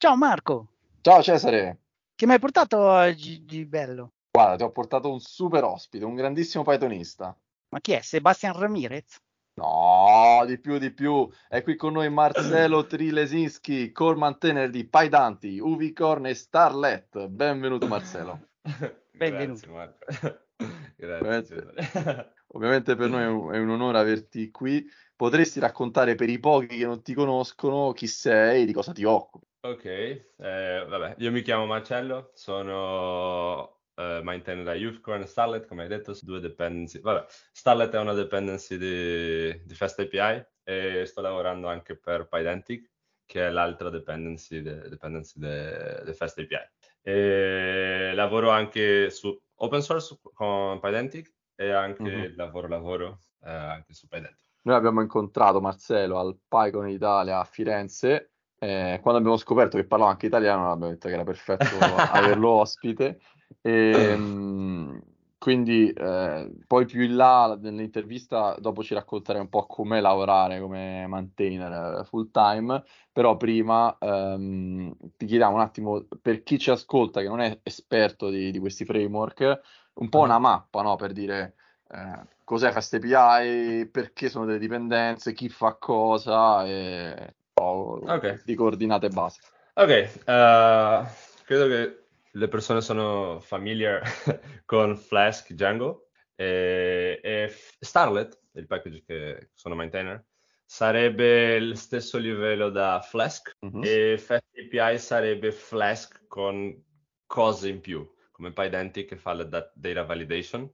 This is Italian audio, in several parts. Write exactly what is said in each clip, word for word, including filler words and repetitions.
Ciao Marco, Ciao Cesare, che mi hai portato oggi di bello? guarda, ti ho portato un super ospite, un grandissimo Pythonista. Ma chi è? Sebastian Ramirez? No, di più, di più. È qui con noi Marcelo Trilesinski, core maintainer di PyDanti, Uvicorn e Starlet. Benvenuto Marcelo. Benvenuto. Grazie Marco. Grazie Ovviamente, Cesare. ovviamente per noi è un, è un onore averti qui. Potresti raccontare per i pochi che non ti conoscono chi sei, di cosa ti occupi? Ok, eh, vabbè, io mi chiamo Marcello, sono eh, maintainer da Uvicorn e Starlet, come hai detto, su due dependency. Vabbè, Starlet è una dependency di, di FastAPI e sto lavorando anche per Pydantic, che è l'altra dependency di dependency de, de FastAPI. E lavoro anche su open source con Pydantic e Mhm. anche lavoro lavoro eh, anche su Pydantic. Noi abbiamo incontrato Marcello al PyCon Italia a Firenze. Eh, quando abbiamo scoperto che parlava anche italiano, abbiamo detto che era perfetto averlo ospite. E, mh, quindi eh, poi più in là nell'intervista dopo ci racconterai un po' com'è lavorare come maintainer eh, full time, però prima ehm, ti chiediamo un attimo per chi ci ascolta che non è esperto di, di questi framework, un po' una Ah, mappa, no? Per dire eh, cos'è FastAPI, perché sono delle dipendenze, chi fa cosa e un po' ok. di coordinate base. Ok, eh, credo che le persone sono familiar con Flask Django e, e F- Starlet, il package che sono maintainer, sarebbe il stesso livello da Flask Mhm. e FastAPI sarebbe Flask con cose in più, come Pydantic che fa la da- data validation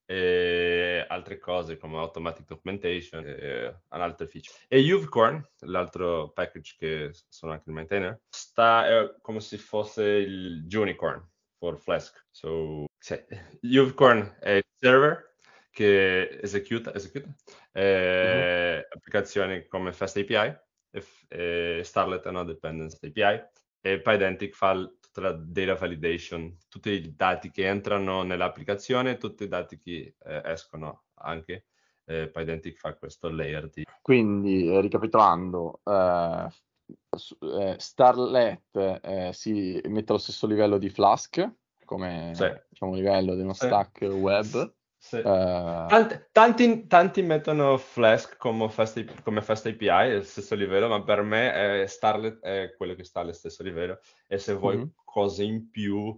e altre cose come automatic documentation e altre feature. E Uvicorn, l'altro package che sono anche il maintainer, sta è come se fosse il Unicorn for Flask. So, sì. Uvicorn è il server che esecuta, esecuta Mhm. eh, applicazioni come FastAPI e, f- e Starlet è una dependency A P I e Pydantic fa l- tutta la data validation, tutti i dati che entrano nell'applicazione, tutti i dati che eh, escono anche. Eh, Pydantic fa questo layer di... Quindi, eh, ricapitolando, eh, s- eh, Starlet eh, si mette allo stesso livello di Flask, Sì. come diciamo livello di uno Sì. stack web. Sì. Eh, Tanti, tanti- tanti mettono Flask come Fast, come Fast A P I allo stesso livello, ma per me è Starlet è quello che sta allo stesso livello. E se vuoi mhm. cose in più,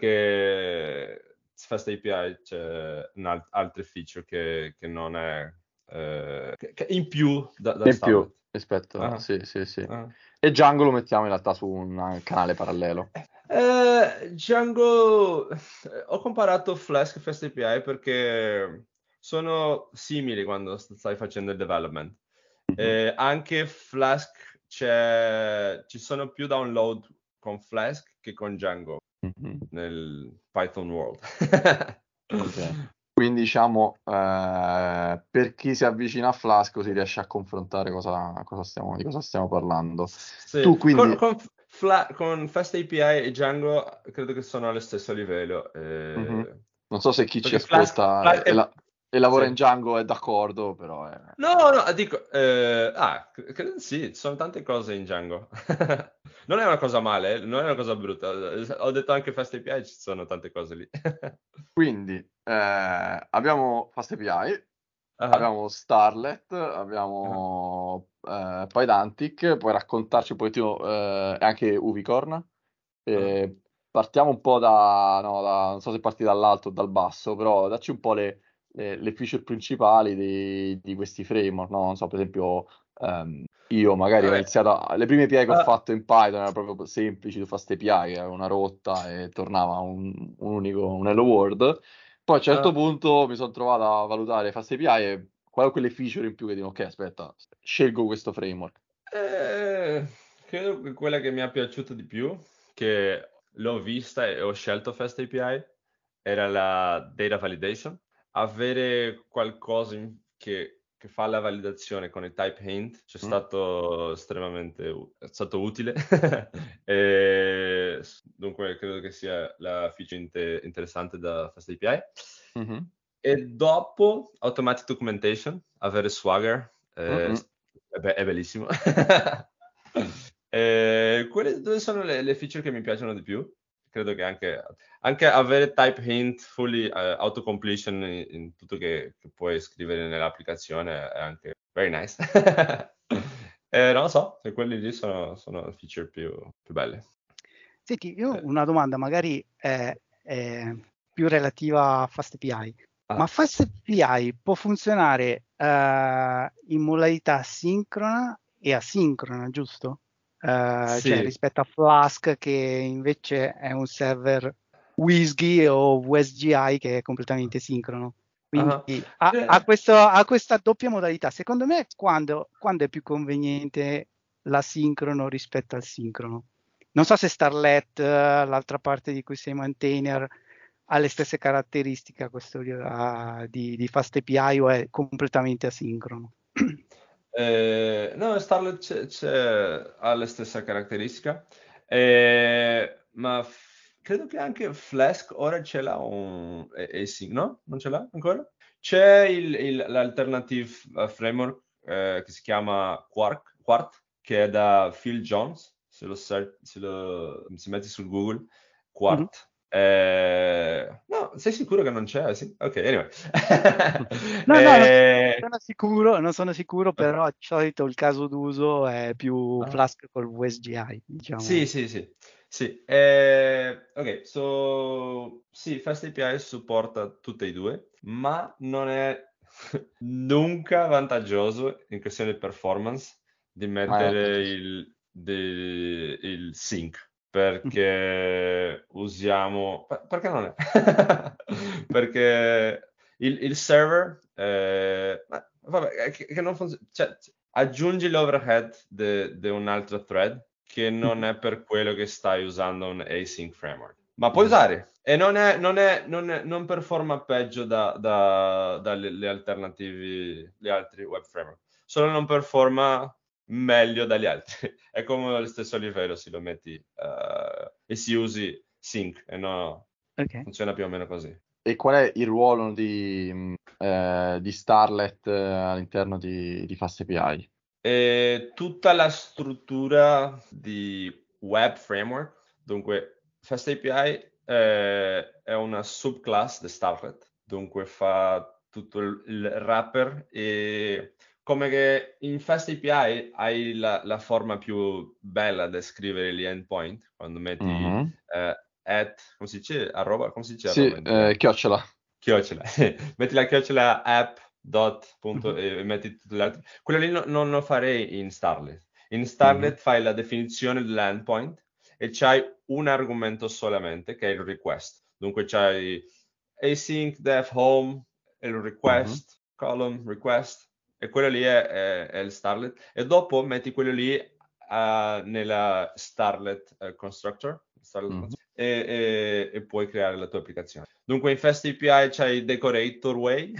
perché Fast A P I c'è un alt- altre feature che, che non è eh, che- che in più da, da E in più Starlet. rispetto, Ah, sì, sì, sì. ah. E Django lo mettiamo in realtà su un canale parallelo. Eh, Django, eh, ho comparato Flask e FastAPI perché sono simili quando st- stai facendo il development. Mhm. Eh, anche Flask c'è, ci sono più download con Flask che con Django Mhm. nel Python world. Ok. Quindi diciamo, eh, per chi si avvicina a Flasco si riesce a confrontare cosa, cosa stiamo, di cosa stiamo parlando. Sì, Tu con, quindi, con, Fla- con FastAPI e Django credo che sono allo stesso livello. mhm. eh, Non so se chi ci perché Flask, ascolta e, Flask e è- la- e lavora in sì. Django è d'accordo, però è... No, no, dico, eh, ah, cre- credo sì, ci sono tante cose in Django. Non è una cosa male, eh, non è una cosa brutta. Ho detto anche FastAPI, ci sono tante cose lì. Quindi eh, abbiamo FastAPI, Ah, abbiamo Starlet, ah, abbiamo eh, Pydantic, puoi raccontarci un pochettino eh, e anche Uvicorn. ah. Eh, partiamo un po' da, no, da- non so se parti dall'alto o dal basso, però dacci un po' le, le- le feature principali di, di questi framework, no? Non so, per esempio, ehm, io magari ho Vabbè, iniziato, a- le prime A P I che ho ah, fatto in Python erano proprio semplici, tu fast A P I, che era una rotta e tornava un, un unico, un hello world. Poi a un certo ah. punto mi sono trovato a valutare fast A P I e qual è quelle feature in più che dico, ok, aspetta, scelgo questo framework. Eh, credo che quella che mi è piaciuta di più, che l'ho vista e ho scelto FastAPI, era la data validation. Avere qualcosa in- che, che fa la validazione con i type hint ci è Mm? stato estremamente u- è stato utile. E s- dunque credo che sia la feature inte- interessante da FastAPI. Mhm. E dopo Automatic Documentation, avere Swagger, Mm, eh, mm. è, be- è bellissimo. Eh, quelle due sono le, le feature che mi piacciono di più. Credo che anche, anche avere type hint, fully uh, autocompletion in, in tutto che, che puoi scrivere nell'applicazione è anche very nice. eh, non lo so, se quelli lì sono, sono le feature più, più belle. Senti, io Eh. una domanda magari è, è più relativa a FastAPI, Ah. ma FastAPI può funzionare uh, in modalità sincrona e asincrona, giusto? Uh, Sì. Cioè rispetto a Flask che invece è un server WSGI o W S G I che è completamente sincrono. Quindi Uh-huh. ha, Eh. ha, questo, ha questa doppia modalità. Secondo me quando, quando è più conveniente l'asincrono rispetto al sincrono? Non so se Starlet, l'altra parte di cui sei maintainer, ha le stesse caratteristiche questo, uh, di, di FastAPI o è completamente asincrono? Eh, no, Starlet c'è, c'è, ha la stessa caratteristica, eh, ma f- credo che anche Flask ora ce l'ha un async, no? Non ce l'ha ancora? C'è il, il, l'alternative uh, framework eh, che si chiama Quark, Quart, che è da Phil Jones, se lo, ser- se lo se metti su Google, Quart. Mm-hmm. Eh, no, sei sicuro che non c'è? Sì? Ok, anyway. No, no, non eh, sono sicuro, non sono sicuro, però di solito il caso d'uso è più ah. Flask col W S G I, diciamo. Sì, sì, sì. Sì. Eh, ok, so sì, FastAPI supporta tutte e due, ma non è nunca vantaggioso in questione di performance di mettere Eh, il, di- il sync perché usiamo per- perché non è? Perché il, il server eh, ma- vabbè, è che, che non funziona, cioè, aggiungi l'overhead di un altro thread che non è per quello che stai usando un async framework. Ma puoi Mhm. usare e non, è, non, è, non, è, non performa peggio da, da, dalle le alternativi, gli altri web framework. Solo non performa meglio dagli altri. È come allo stesso livello se lo metti uh, e si usi sync e no, Ok. funziona più o meno così. E qual è il ruolo di, mh, eh, di Starlet eh, all'interno di, di FastAPI? E tutta la struttura di web framework, dunque FastAPI eh, è una subclass di Starlet, dunque fa tutto il, il wrapper e come che in FastAPI hai la, la forma più bella di scrivere gli endpoint, quando metti Mhm. eh, at, come si dice, arroba, come si dice Sì, arroba in eh, italiano? chiocciola. Chiocciola, metti la chiocciola app dot punto Mhm. e metti tutte le altre. Quello lì no- non lo farei in Starlet. In Mhm. Starlet fai la definizione dell'endpoint e c'hai un argomento solamente che è il request. Dunque c'hai async def home, il Mhm. request, column, request e quello lì è, è- è il Starlet. E dopo metti quello lì uh, nella Starlet uh, constructor, Starlet Mhm. constructor e, e- e puoi creare la tua applicazione. Dunque in FastAPI c'hai Decorator Way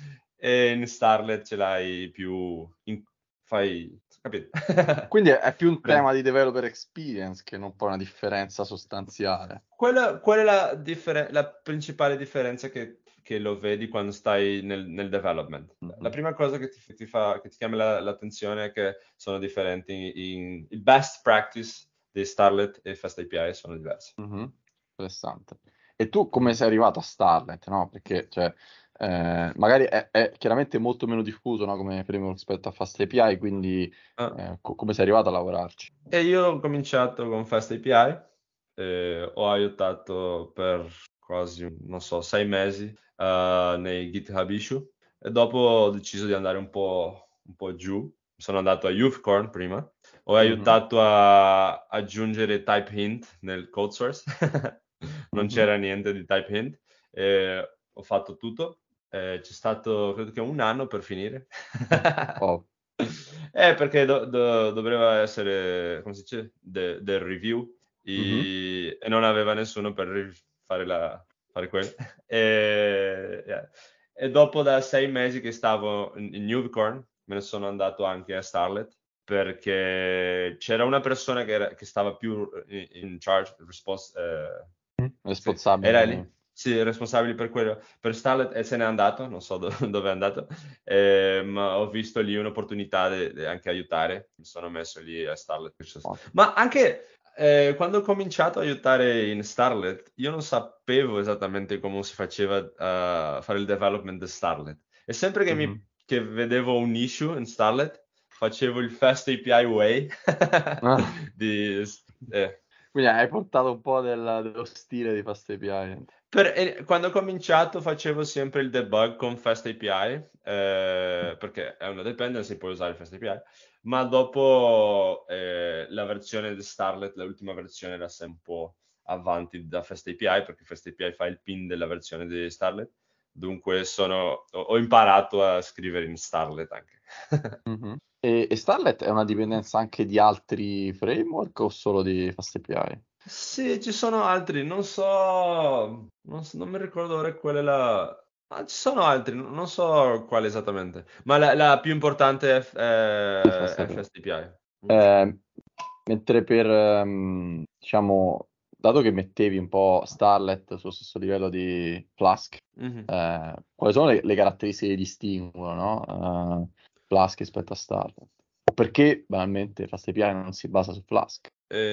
e in Starlet ce l'hai più... In, fai... capito? Quindi è, è più un Prego. tema di developer experience che non poi una differenza sostanziale. Quella, qual è la, differen- la principale differenza che, che lo vedi quando stai nel, nel development? La Mhm. prima cosa che ti, ti fa, che ti chiama la- l'attenzione è che sono differenti. In, il best practice di Starlet e FastAPI sono diversi. Mhm. Interessante. E tu come Mhm. sei arrivato a Starlet, no? Perché cioè, eh, magari è, è chiaramente molto meno diffuso, no? Come framework rispetto a FastAPI, quindi Ah. eh, co- come sei arrivato a lavorarci? E io ho cominciato con FastAPI, eh, ho aiutato per quasi, non so, sei mesi eh, nei GitHub issue e dopo ho deciso di andare un po', un po' giù. Sono andato a Youthcorn prima, ho Mhm. aiutato a aggiungere type hint nel code source, non Mhm. c'era niente di type hint, e ho fatto tutto. Eh, c'è stato credo che un anno per finire. Oh. Eh, perché do- do- doveva essere, come si dice, de- del review Mhm. e, e non aveva nessuno per ri- fare, la, fare quello. E, yeah. E dopo da sei mesi che stavo in, in Unicorn, me ne sono andato anche a Starlet perché c'era una persona che, era- che stava più in, in charge, respons- eh, sì, era lì. Responsabile. sì, responsabili per quello, per Starlet, e se n'è andato, non so do- dove è andato, eh, ma ho visto lì un'opportunità di anche aiutare, mi sono messo lì a Starlet. Ottimo. Ma anche eh, quando ho cominciato a aiutare in Starlet, io non sapevo esattamente come si faceva a fare il development di Starlet. E sempre che, Mhm. mi, che vedevo un issue in Starlet, facevo il Fast A P I way Ah, di... eh, quindi hai portato un po' del- dello stile di Fast A P I. Per- e quando ho cominciato facevo sempre il debug con FastAPI, eh, perché è una dependency, puoi usare FastAPI, ma dopo eh, la versione di Starlet, l'ultima versione, era sempre un po' avanti da FastAPI, perché FastAPI fa il pin della versione di Starlet, dunque sono, ho, ho imparato a scrivere in Starlet anche. Mhm. E, e Starlet è una dipendenza anche di altri framework o solo di Fast A P I? Sì, ci sono altri, non so, non, so- non mi ricordo ora qual è la... Ah, ci sono altri, non non so quale esattamente, ma la, la più importante è, F- Di è, Fast è A P I. F S D P I. Mm. Eh, mentre per, ehm, diciamo, dato che mettevi un po' Starlet sullo stesso livello di Flask, Mhm. eh, quali sono le, le caratteristiche che distinguono, no? Eh, Flask rispetto a Starlet? O perché, banalmente, Fast A P I non si basa su Flask?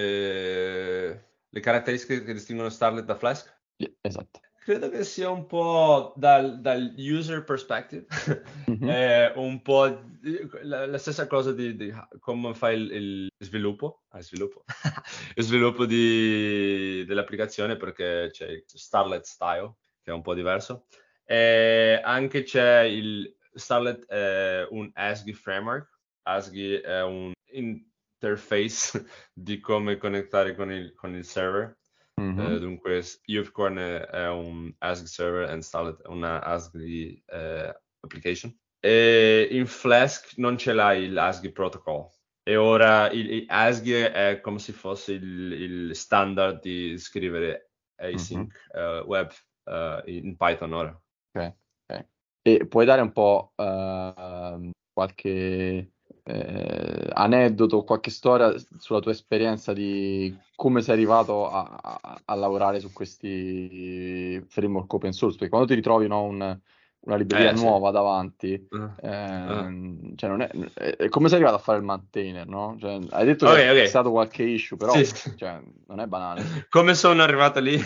Eh, le caratteristiche che distinguono Starlet da Flask? Sì, esatto. Credo che sia un po' dal, dal user perspective, Mhm, è un po' di- la, la stessa cosa di, di come fai il, il sviluppo, ah, sviluppo, il sviluppo di- dell'applicazione, perché c'è il Starlet Style, che è un po' diverso, e anche c'è il Starlet è un ASCII framework, ASCII è un interface di come connettare con il, con il server. Eh, mhm, dunque, s- Uvicorn è, è un ASCII server e Starlet è una ASCII eh, application. E in Flask non ce l'hai l'ASCII protocol. E ora il, il ASCII è come se fosse il, il standard di scrivere mhm. async eh, web eh, in Python ora. Ok, ok. E puoi dare un po' ehm, qualche eh, aneddoto, qualche storia sulla tua esperienza di come sei arrivato a, a- a lavorare su questi framework open source? Perché quando ti ritrovi, no, un- una libreria Eh, sì. nuova davanti, Ah, ah. ehm, cioè non è, è- come sei arrivato a fare il maintainer, no? Cioè, hai detto che Ok, hai ok. fissato qualche issue, però Sì, sì. cioè, non è banale. Come sono arrivato lì?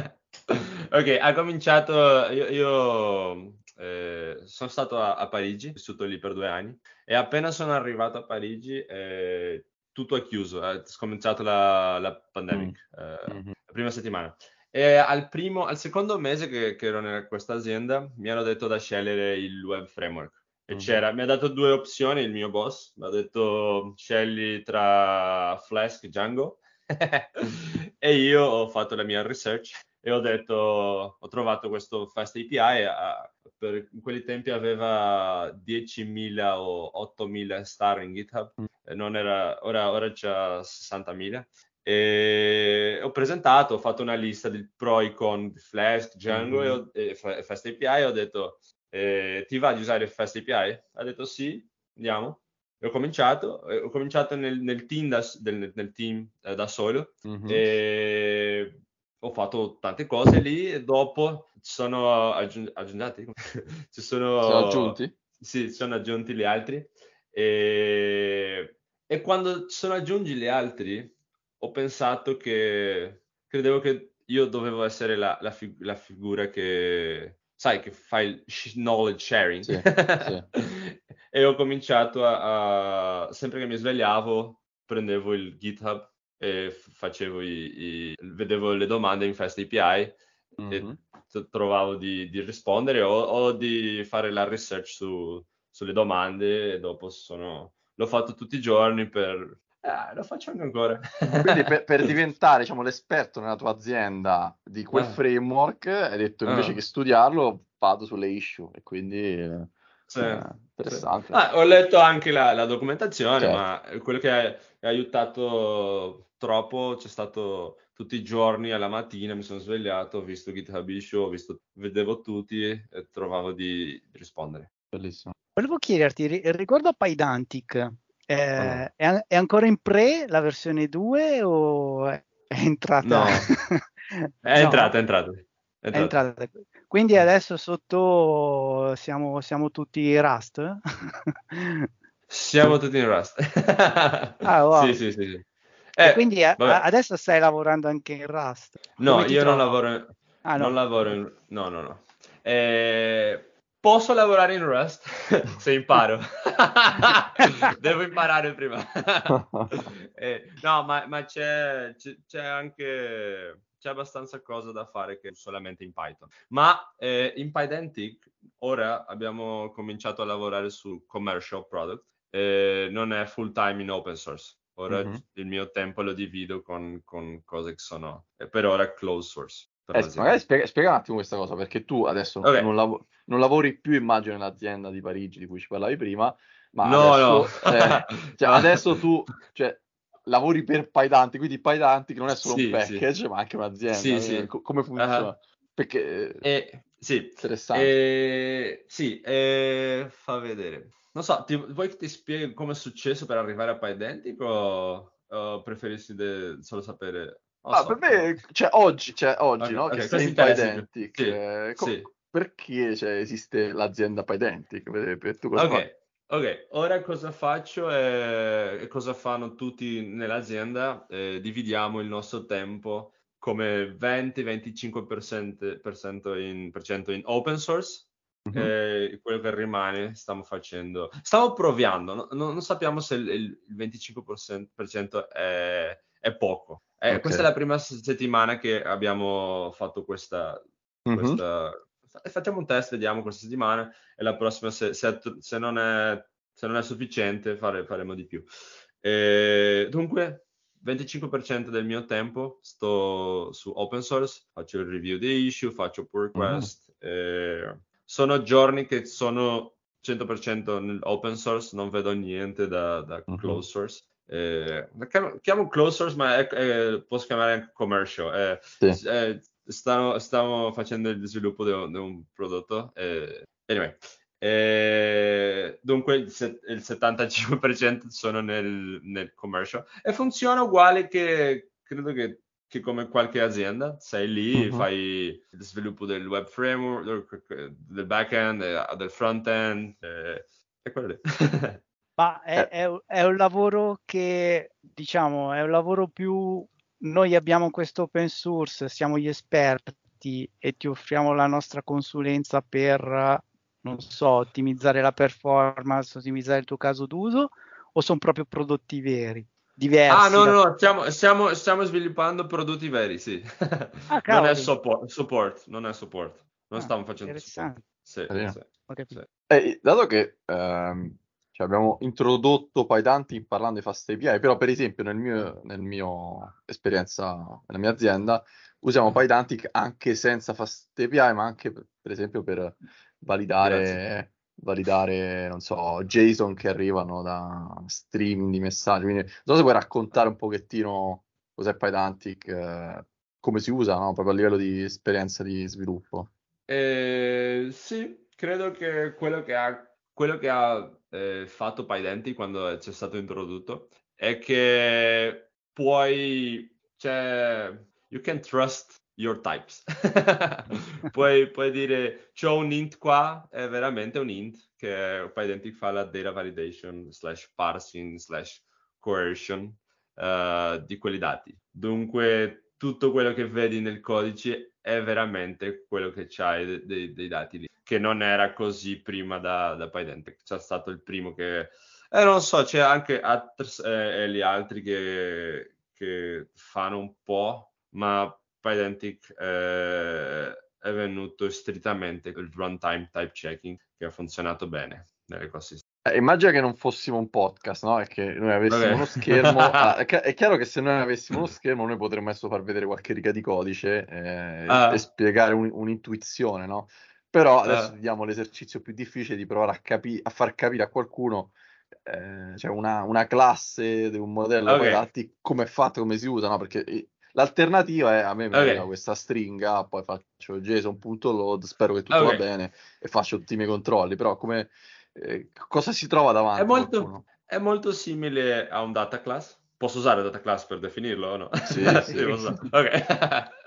Ok, ha cominciato, io, io, eh, sono stato a, a Parigi, ho vissuto lì per due anni e appena sono arrivato a Parigi eh, tutto è chiuso, è cominciato la, la Mm, pandemic, eh, mhm, la prima settimana. E al primo, al secondo mese che, che ero in questa azienda mi hanno detto da scegliere il web framework. E mhm, c'era, mi ha dato due opzioni il mio boss, mi ha detto scegli tra Flask e Django e io ho fatto la mia research e ho detto, ho trovato questo Fast A P I, a- per, in quei tempi aveva diecimila o ottomila star in GitHub, mm, e non era, ora, ora c'ha sessantamila. E ho presentato, ho fatto una lista del pro e con di Flask, Django e, mhm, ho- e Fa- Fast A P I e ho detto eh, ti va di usare Fast A P I? Ha detto sì, andiamo. E ho cominciato, eh, ho cominciato nel, nel team, da, del- nel team eh, da solo mhm. e ho fatto tante cose lì e dopo ci sono aggiun- aggiunti, ci Si sono sono, aggiunti? sì, ci sono aggiunti gli altri e, e quando ci sono aggiunti gli altri ho pensato che credevo che io dovevo essere la, la fi- la figura che, sai, che fa il sh- knowledge sharing. Sì, sì. E ho cominciato a, a- sempre che mi svegliavo, prendevo il GitHub e f- facevo i, i- vedevo le domande in Fast A P I e Mhm. t- trovavo di, di rispondere o, o di fare la research su- sulle domande e dopo sono, l'ho fatto tutti i giorni per... Eh, lo faccio anche ancora. Quindi per, per diventare, diciamo, l'esperto nella tua azienda di quel Ah, framework, hai detto invece che ah. studiarlo, vado sulle issue e quindi eh, Sì, eh, sì. interessante. Ah, ho letto anche la, la documentazione, Certo, ma quello che ha, ha aiutato troppo c'è stato tutti i giorni alla mattina, mi sono svegliato, ho visto GitHub Issue, ho visto, vedevo tutti e trovavo di rispondere. bellissimo. Volevo chiederti, ri- riguardo a Pydantic, Ah, eh, è, an- è ancora in pre la versione due o è è entrata? no, è No? entrato, è entrato. È È entrata. entrata. Quindi adesso sotto siamo, siamo tutti Rust? Siamo tutti in Rust. Ah, Sì, wow. sì, sì, sì. E Eh, quindi a- a- vabbè. adesso stai lavorando anche in Rust. No, Come ti io non trovi? lavoro in... Ah, non no. lavoro Ok. in... No, no, no. Eh, posso lavorare in Rust se imparo. Devo imparare prima. Eh, no, ma, ma c'è, c'è, c'è anche... C'è abbastanza cosa da fare che solamente in Python. Ma eh, in Pydantic ora abbiamo cominciato a lavorare su commercial product. Eh, non è full time in open source. Ora Mhm. il mio tempo lo divido con, con cose che sono eh, per ora closed source per Eh, magari l'azienda. spiega, spiega un attimo questa cosa, perché tu adesso Ok, non, lav- non lavori più, immagino, nell'azienda di Parigi di cui ci parlavi prima, ma no, no, adesso, eh, cioè, no. adesso tu cioè, lavori per Pydantic, quindi Pydantic non è solo un Sì, sì, package, ma anche un'azienda. sì, Eh, sì. co- come Ah, funziona? Perché è e, sì, interessante. e, sì, e, fa vedere. Non so, ti, vuoi che ti spieghi come è successo per arrivare a Pydantic o, o preferisci de- solo sapere? Non lo Ah, per so, no. me, cioè, oggi, cioè, oggi, Ok, no, che ok, sei questo in interessa di più. Pydantic, Sì, eh, co- sì. perché cioè, esiste l'azienda Pydantic? Per, per- tu cosa fai? Ok, ok. Ora cosa faccio e, e cosa fanno tutti nell'azienda? Eh, dividiamo il nostro tempo come venti-venticinque per cento in, per cento in open source. Mhm. E quello che rimane stiamo facendo, stiamo provando, no- no- non sappiamo se il, il venticinque per cento è, è poco. Eh, Ok. questa è la prima s- settimana che abbiamo fatto questa, Mhm. questa... Facciamo un test, vediamo questa settimana e la prossima, se, se- se non è, se non è sufficiente, fare- faremo di più. E dunque, venticinque per cento del mio tempo sto su open source, faccio il review di issue, faccio pull Mhm. request. eh, sono giorni che sono cento per cento nell'open source, non vedo niente da, da Mhm. closed source. Eh, la chiamo, chiamo closed source, ma è, è- posso chiamare anche commercial. Eh, Sì. eh, stavo, stavo facendo il sviluppo di un, di un prodotto. eh, anyway, eh, dunque il, set- il settantacinque per cento sono nel, nel commercial e funziona uguale che credo che, che come qualche azienda. Sei lì, Mhm. fai il sviluppo del web framework, del del back-end, eh, del front-end, eh, e quello lì. Ma è, Eh, è un è un lavoro che, diciamo, è un lavoro più... Noi abbiamo questo open source, siamo gli esperti e ti offriamo la nostra consulenza per, eh, non so, ottimizzare la performance, ottimizzare il tuo caso d'uso, o sono proprio prodotti veri, Ah, diversi no, da... no, no, stiamo, stiamo, stiamo sviluppando prodotti veri, sì. Ah, Non è cavoli! support, support, non è support. Non Ah, stiamo facendo support. interessante, Sì, carino. sì, ho sì. capito. Eh, dato che ehm, cioè, abbiamo introdotto Pydantic parlando di Fast A P I, però per esempio nel mio, nel mio esperienza, nella mia azienda, usiamo Mhm. Pydantic anche senza Fast A P I, ma anche per, per esempio per Grazie. validare, validare, non so, JSON che arrivano da streaming di messaggi. Quindi non so se puoi raccontare un pochettino cos'è Pydantic, eh, come si usa, no? Proprio a livello di esperienza di sviluppo. Eh, sì, credo che quello che ha, quello che ha eh, fatto Pydantic quando c'è stato introdotto è che puoi, cioè, you can trust your types. Puoi, puoi dire, c'ho un int qua, è veramente un int, che Pydantic fa la data validation slash parsing slash coercion eh, di quei dati. Dunque, tutto quello che vedi nel codice è veramente quello che c'hai de- de- dei dati lì, che non era così prima da, da Pydantic. C'è stato il primo che... Eh, non so, c'è anche Atres eh, e gli altri che, che fanno un po', ma Pydantic eh, è venuto strettamente il runtime type checking, che ha funzionato bene nell'ecosistema. Eh, immagina che non fossimo un podcast, no? E che noi avessimo uno schermo. Ah, Ok. è, chi- è chiaro che se noi avessimo uno schermo, noi potremmo adesso far vedere qualche riga di codice eh, e Ah, spiegare un- un'intuizione, no? Però adesso ah, ti diamo l'esercizio più difficile di provare a, capi- a far capire a qualcuno, eh, cioè una, una classe di un modello ok, Pydantic, come è fatto, come si usa, no? Perché eh, l'alternativa è a me mi arriva ok, questa stringa, poi faccio JSON.load, spero che tutto va ok. bene e faccio tutti i miei controlli, però come eh, cosa si trova È davanti molto, qualcuno? è molto simile a un data class. Posso usare data class per definirlo o no? Sì, Sì, sì. posso. Ok.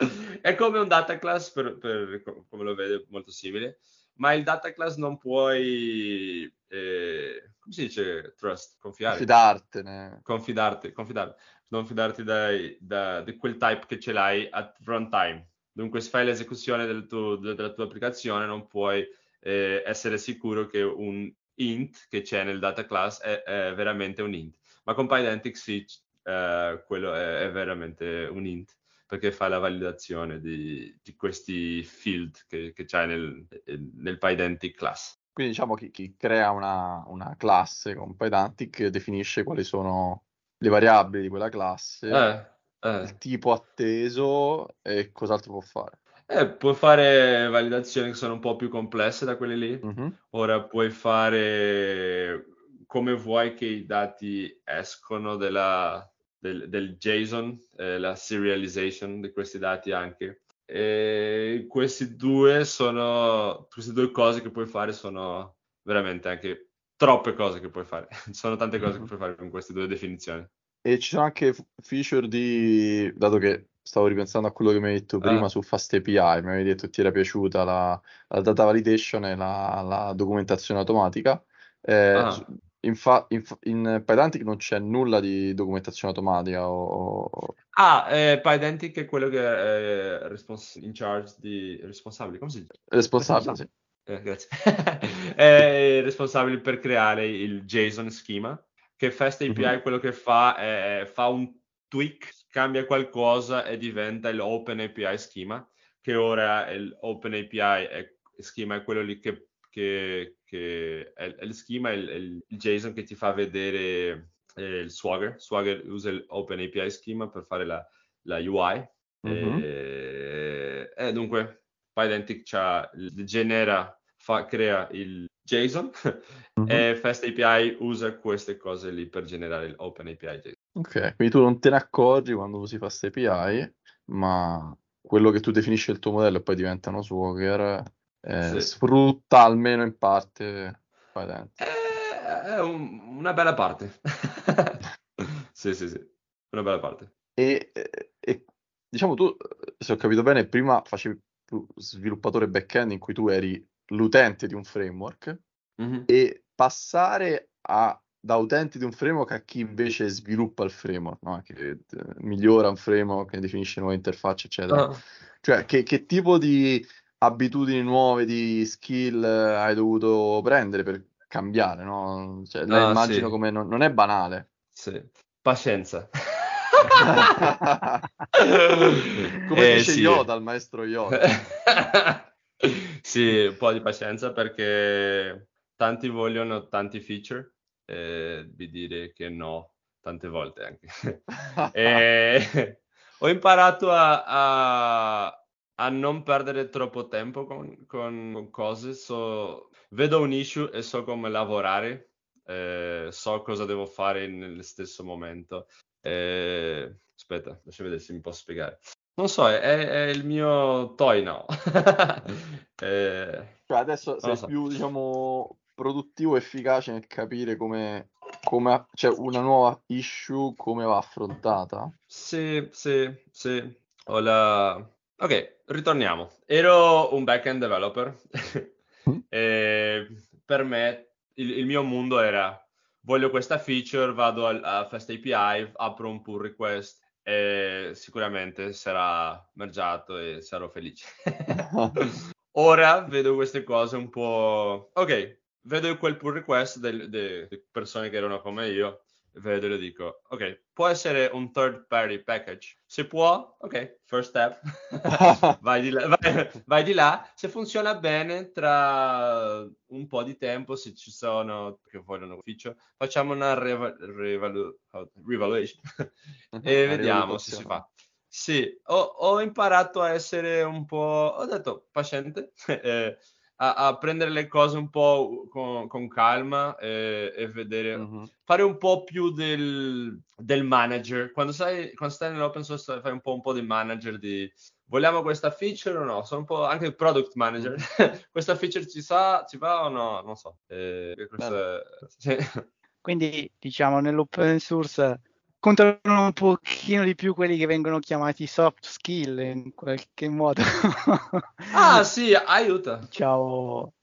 è come un data class, per, per, come lo vede, molto simile, ma il data class non puoi, eh, come si dice, trust, confiare, Fidartene. confidarti, confidarti, non fidarti dai, da, di quel type che ce l'hai at runtime. Dunque, se fai l'esecuzione del tuo, della tua applicazione, non puoi eh, essere sicuro che un int che c'è nel data class è, è veramente un int. Ma con Pydantic sì, eh, quello è, è veramente un int, perché fa la validazione di, di questi field che, che c'hai nel, nel Pydantic class. Quindi diciamo che chi crea una, una classe con Pydantic definisce quali sono le variabili di quella classe, Eh, eh. il tipo atteso e cos'altro può fare. Eh, puoi fare validazioni che sono un po' più complesse da quelle lì. Mm-hmm. Ora puoi fare come vuoi che i dati escono della, del, del JSON, eh, la serialization di questi dati anche. E questi due sono, queste due cose che puoi fare sono veramente anche troppe cose che puoi fare. Sono tante cose che puoi fare con queste due definizioni. E ci sono anche f- feature di, dato che stavo ripensando a quello che mi hai detto prima Ah. su FastAPI, mi avevi detto che ti era piaciuta la, la data validation e la, la documentazione automatica. Eh, Ah. su- infa- inf- in Pydantic non c'è nulla di documentazione automatica o... o- Ah, eh, Pydantic è quello che è respons- in charge di responsabile, come si dice? responsabile, sì. Eh, grazie. È responsabile per creare il JSON schema, che FastAPI Mhm. quello che fa è fa un tweak, cambia qualcosa e diventa il OpenAPI schema, che ora l'OpenAPI è, schema è quello lì che, che, che è, è il schema, è il, è il JSON che ti fa vedere eh, il Swagger. Swagger usa l'OpenAPI schema per fare la, la U I. Mhm. E, e dunque Pydantic c'ha, genera, fa, crea il JSON Mhm. e FastAPI usa queste cose lì per generare l'OpenAPI JSON. Ok, quindi tu non te ne accorgi quando usi FastAPI, ma quello che tu definisci il tuo modello e poi diventano Swagger, eh, Sì. sfrutta almeno in parte Pydantic. È, è un- una bella parte. Sì, sì, sì, una bella parte. E, e- e, diciamo tu, se ho capito bene, prima facevi più sviluppatore back-end in cui tu eri l'utente di un framework Mhm. e passare a, da utenti di un framework a chi invece sviluppa il framework, no? Che eh, migliora un framework, che definisce nuove interfacce, eccetera. Ah. Cioè, che, che tipo di abitudini nuove, di skill eh, hai dovuto prendere per cambiare, no? Cioè, la Ah, immagino sì, come non, non è banale. sì. Pazienza. Come Eh, dice sì. Yoda, il maestro Yoda. Sì, un po' di pazienza perché tanti vogliono tanti feature e vi dire che no, tante volte anche. E ho imparato a, a- a non perdere troppo tempo con, con cose. So- vedo un issue e so come lavorare, eh, so cosa devo fare nello stesso momento. Eh, aspetta, lascia vedere se mi posso spiegare. Non so, è, è il mio toy now. Eh, Cioè, adesso non lo sei so. più, diciamo, produttivo e efficace nel capire come, come, cioè, una nuova issue, come va affrontata. Sì, sì, sì. Ho la... Ok, ritorniamo. Ero un back-end developer. Mm. E per me il, il mio mondo era voglio questa feature, vado al- a FastAPI, apro un pull request e sicuramente sarà mergiato e sarò felice. Ora vedo queste cose un po'... Ok, vedo quel pull request delle persone che erano come io, vedo e le dico, ok, può essere un third party package? Se può, ok, first step, vai, di là, vai, vai di là, se funziona bene tra un po' di tempo, se ci sono che vogliono ufficio, facciamo una reva- revalu- revaluation e Una vediamo se si rivalutazione. fa. Sì, ho, ho imparato a essere un po', ho detto, paziente, eh, a, a prendere le cose un po' con, con calma e, e vedere, Mhm. fare un po' più del, del manager. Quando, sai, quando stai nell'open source fai un po', un po' di manager di vogliamo questa feature o no? Sono un po' anche il product manager. Mhm. Questa feature ci sa, ci va o no? Non so. Eh, questo Bello. è- sì. Quindi, diciamo, nell'open source contano un pochino di più quelli che vengono chiamati soft skill in qualche modo. Ah sì, aiuta. Ciao.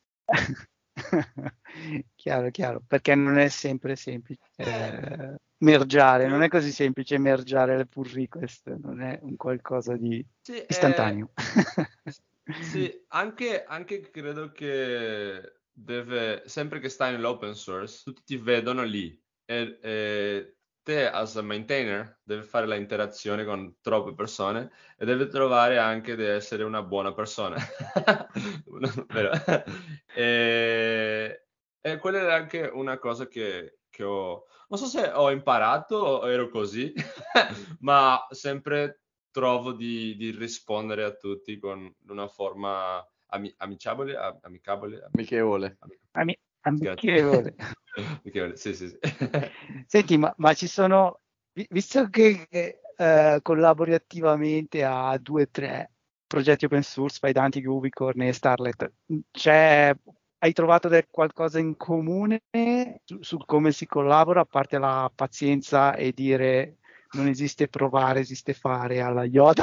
Chiaro, chiaro, perché non è sempre semplice eh, mergiare, non è così semplice mergiare le pull request, non è un qualcosa di Sì, eh, istantaneo. sì, anche, anche credo che deve, sempre che stai nell'open source, tutti ti vedono lì e, e te, as a maintainer, devi fare la interazione con troppe persone e devi trovare anche di essere una buona persona. Vero? E, e quella era anche una cosa che, che ho, non so se ho imparato o ero così, ma sempre trovo di, di rispondere a tutti con una forma ami- amicabile, a- amicabile, Amichevole. Ami- grazie. amichevole. Amichevole, sì, sì, sì. Senti, ma, ma ci sono, vi- visto che eh, collabori attivamente a due o tre progetti open source, Pydantic, Ubicorn e Starlet, c'è, hai trovato del qualcosa in comune su, su come si collabora, a parte la pazienza e dire non esiste provare, esiste fare alla Yoda?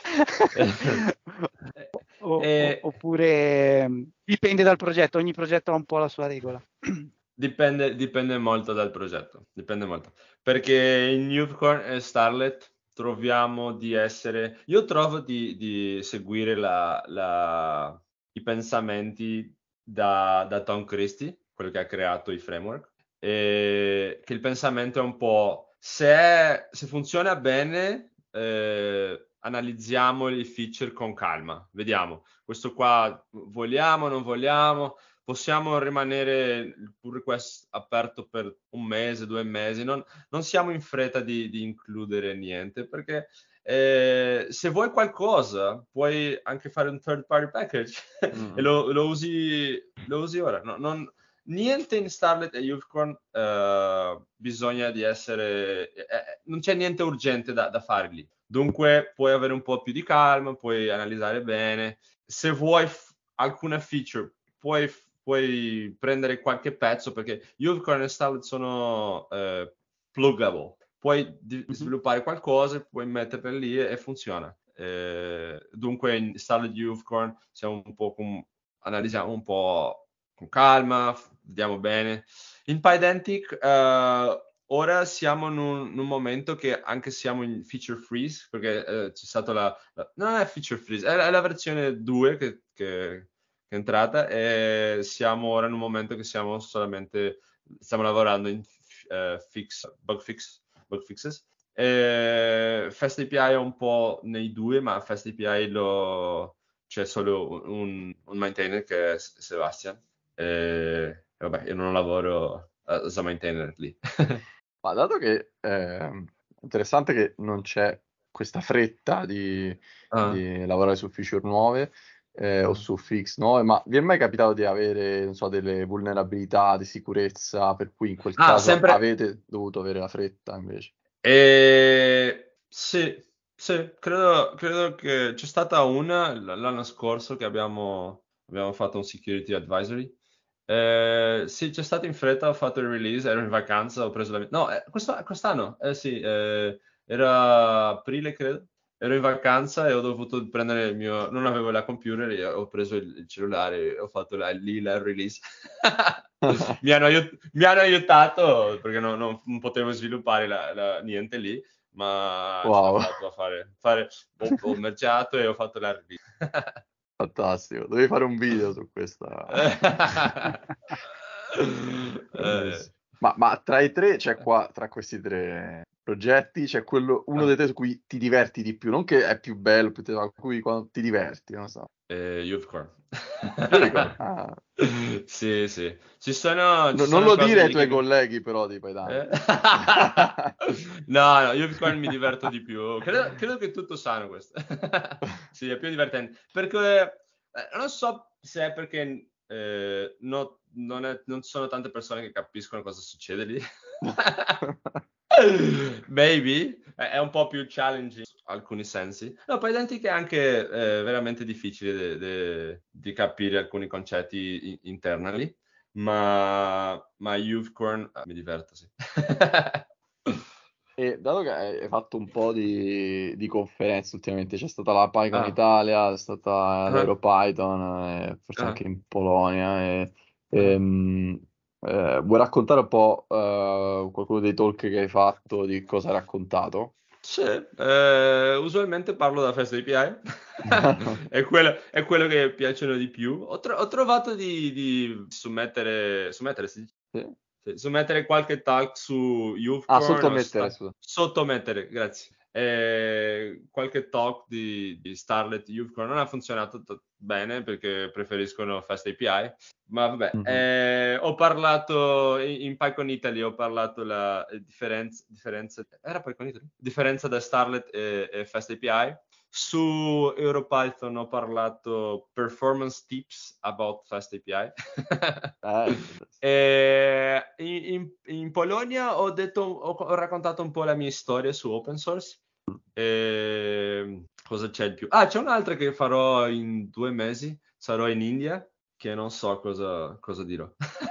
O- o- E oppure mm, dipende dal progetto, ogni progetto ha un po' la sua regola. dipende, dipende molto dal progetto, dipende molto. Perché in Unicorn e Starlet troviamo di essere, io trovo di, di seguire la, la, i pensamenti da, da Tom Christie, quello che ha creato i framework, e che il pensamento è un po', se, se funziona bene, eh, analizziamo i feature con calma, vediamo, questo qua vogliamo, non vogliamo, possiamo rimanere il pull request aperto per un mese, due mesi, non, non siamo in fretta di, di includere niente, perché eh, se vuoi qualcosa puoi anche fare un third party package Mm. e lo, lo, usi, lo usi ora. No, non, niente in Starlet e Unicorn eh, bisogna di essere... Eh, non c'è niente urgente da, da fare lì. Dunque puoi avere un po' più di calma, puoi analizzare bene. Se vuoi f- alcune feature, puoi f- puoi prendere qualche pezzo perché Unicorn e Starlet sono eh, pluggable. Puoi di- Mhm. sviluppare qualcosa, puoi metterle lì e, e funziona. Eh, dunque in Starlet Unicorn siamo un po' con, analizziamo un po' con calma, f- vediamo bene. In Pydantic eh, ora siamo in un, in un momento che anche siamo in feature freeze perché eh, c'è stata la, la... non è feature freeze, è, è la versione due che, che che è entrata e siamo ora in un momento che siamo solamente stiamo lavorando in uh, fix, bug fix, bug fixes. E FastAPI è un po' nei due, ma FastAPI lo c'è solo un, un maintainer che è Sebastian. E vabbè, io non lavoro as a maintainer lì. Ma dato che è interessante che non c'è questa fretta di, Ah. di lavorare su feature nuove eh, o Ah. su fix nuove, ma vi è mai capitato di avere, non so, delle vulnerabilità di sicurezza per cui in quel Ah, caso sempre... avete dovuto avere la fretta invece? E... Sì, sì, credo, credo che c'è stata una l- l'anno scorso che abbiamo, abbiamo fatto un security advisory. Eh, sì, c'è stato in fretta, ho fatto il release, ero in vacanza, ho preso la... No, eh, questo- quest'anno, eh sì, eh, era aprile credo, ero in vacanza e ho dovuto prendere il mio... Non avevo la computer, e ho preso il, il cellulare e ho fatto la, lì la release. Mi hanno, aiut- mi hanno aiutato perché no- no- non potevo sviluppare la- la- niente lì, ma ce l'ho Wow, fatto a fare. fare ho, ho mergiato e ho fatto la release. fantastico, dovevi fare un video su questa. Eh, Bellissimo. Ma, ma tra i tre, c'è qua, tra questi tre progetti, c'è quello, uno ah, dei tre su cui ti diverti di più, non che è più bello, più te- ma cui quando ti diverti, non so. eh, Youthcore. Unicorn, ah. Sì, sì. Ci sono, ci No- non sono lo cose dire ai lì che tuoi mi... colleghi però di Eh? Pydantic. No, no, io Bitcoin mi diverto di più. Credo, credo che tutto sano questo. Sì, è più divertente. Perché eh, non so se è perché eh, no- non, è- non sono tante persone che capiscono cosa succede lì. Maybe è è un po' più challenging in alcuni sensi. No, poi Identic è anche eh, veramente difficile de- de- di capire alcuni concetti in- internally, ma, ma Youthcorn eh, mi diverto, sì. E dato che hai hai fatto un po' di, di conferenze ultimamente, c'è stata la PyCon Ah, Italia, c'è stata ah, l'EuroPython, eh, forse ah. anche in Polonia. E, Ah. ehm, eh, vuoi raccontare un po' eh, qualcuno dei talk che hai fatto, di cosa hai raccontato? Sì, eh, usualmente parlo da Fast A P I, è quello, è quello che piacciono di più. Ho, tro- ho trovato di, di submettere, submettere, si dice? Sì. Sì, submettere qualche talk su Ah, Youthcorn o sottomettere, sta- scusa. sottomettere, grazie. Eh, qualche talk di, di Starlet Youthcorn non ha funzionato t- bene perché preferiscono Fast A P I, ma vabbè, Mhm. eh, ho parlato in, in PyCon Italy, ho parlato la eh, differenza, differenza, era PyCon Italy? Differenza da Starlet e, e Fast A P I. Su EuroPython ho parlato performance tips about Fast A P I. Eh, interessante. E in, in- in Polonia ho detto, ho, ho raccontato un po' la mia storia su open source. E cosa c'è di più? Ah, c'è un'altra che farò in due mesi. Sarò in India, che non so cosa, cosa dirò.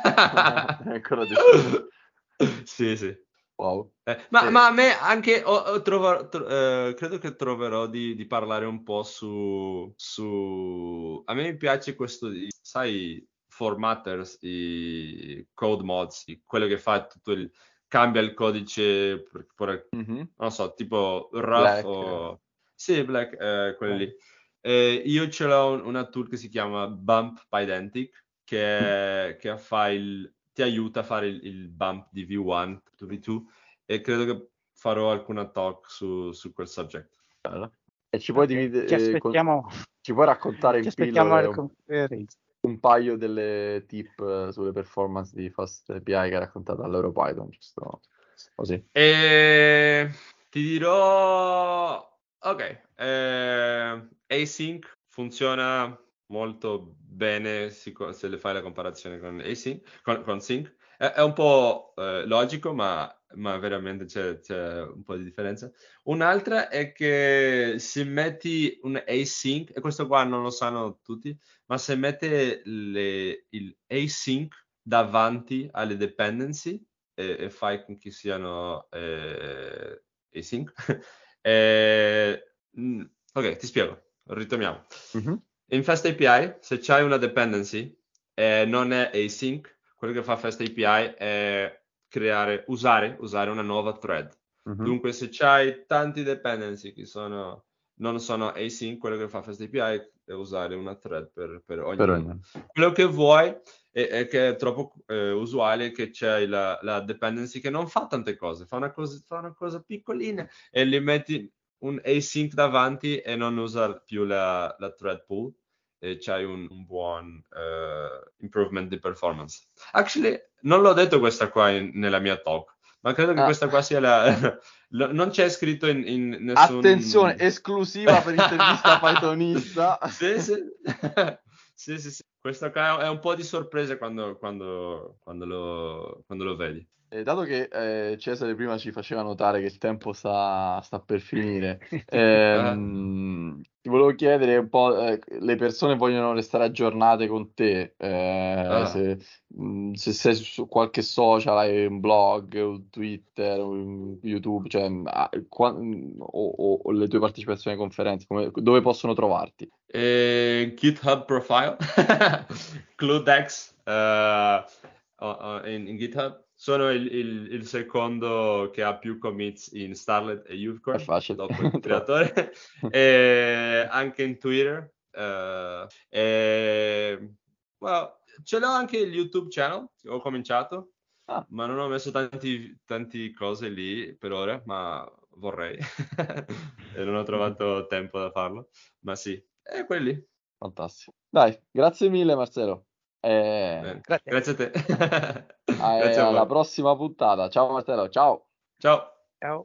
È ancora deciso. Sì, sì. Wow. Eh, ma, E- ma a me anche ho- ho trovar- tro- eh, credo che troverò di, di parlare un po' su, su... A me mi piace questo, di- sai, formatters, i code mods, i- quello che fa tutto il... cambia il codice, per, per- Mhm. non so, tipo rough Black. eh, o... Sì, Black, eh, quelli eh. lì. Eh, io ce l'ho un- una tool che si chiama Bump Pydantic, che, che fa il, ti aiuta a fare il, il bump di V uno to V due e credo che farò alcuna talk su, su quel subject. Bello. E ci puoi Ok, ci dividere, eh, con- aspettiamo, ci puoi raccontare ci in aspettiamo pillole alle un, conferenze. un paio delle tip eh, sulle performance di Fast A P I che hai raccontato all'EuroPython, giusto così. E ti dirò, ok, eh, async funziona molto bene si co- se le fai la comparazione con async, con, con sync. È, è un po' eh, logico, ma, ma veramente c'è, c'è un po' di differenza. Un'altra è che se metti un async, e questo qua non lo sanno tutti, ma se metti le- il async davanti alle dependency, e, e fai con che siano eh, async. Eh, mm, ok, ti spiego, ritorniamo. Mhm. In Fast A P I, se c'hai una dependency e non è async, quello che fa Fast A P I è creare, usare, usare una nuova thread. Mhm. Dunque, se c'hai tanti dependency che sono, non sono async, quello che fa Fast A P I è usare una thread per, per Per ognuno. ognuno. Quello che vuoi è, è che è troppo eh, usuale che c'è la, la dependency che non fa tante cose, fa una cosa, fa una cosa piccolina e gli metti un async davanti e non usa più la, la thread pool e c'hai un, un buon eh, improvement di performance. Actually, non l'ho detto questa qua in- nella mia talk, ma credo che Ah, questa qua sia la... lo- non c'è scritto in, in attenzione, nessun... esclusiva per intervista Pythonista. Sì, sì. Sì, sì, sì. Questo qua è un po' di sorpresa quando, quando, quando lo, quando lo vedi. E dato che eh, Cesare prima ci faceva notare che il tempo sta, sta per finire, ehm, ti volevo chiedere un po', eh, le persone vogliono restare aggiornate con te, eh, Ah. se, mh, se sei su, su qualche social, hai un blog, un Twitter, un YouTube, cioè, ah, qua- o, o- o le tue partecipazioni alle conferenze, come- dove possono trovarti? E GitHub profile, CludeX eh, o- o- in, in GitHub. Sono il, il- il secondo che ha più commits in Starlet e È Youthcorn, facile. dopo il creatore, e anche in Twitter. eh, e, well, ce l'ho anche il YouTube channel, ho cominciato, Ah, ma non ho messo tanti, tanti cose lì per ora, ma vorrei. E non ho trovato tempo da farlo, ma sì, è quelli. fantastico. Dai, grazie mille Marcello. Eh, Bene. Grazie. Grazie a te. eh, Grazie a alla voi. prossima puntata. Ciao Marcello, ciao. Ciao. Ciao.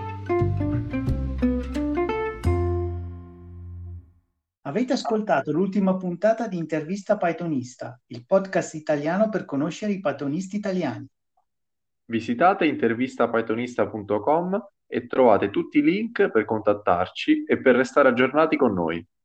Avete ascoltato l'ultima puntata di Intervista Pythonista, il podcast italiano per conoscere i pythonisti italiani. Visitate intervista pythonista punto com e trovate tutti i link per contattarci e per restare aggiornati con noi.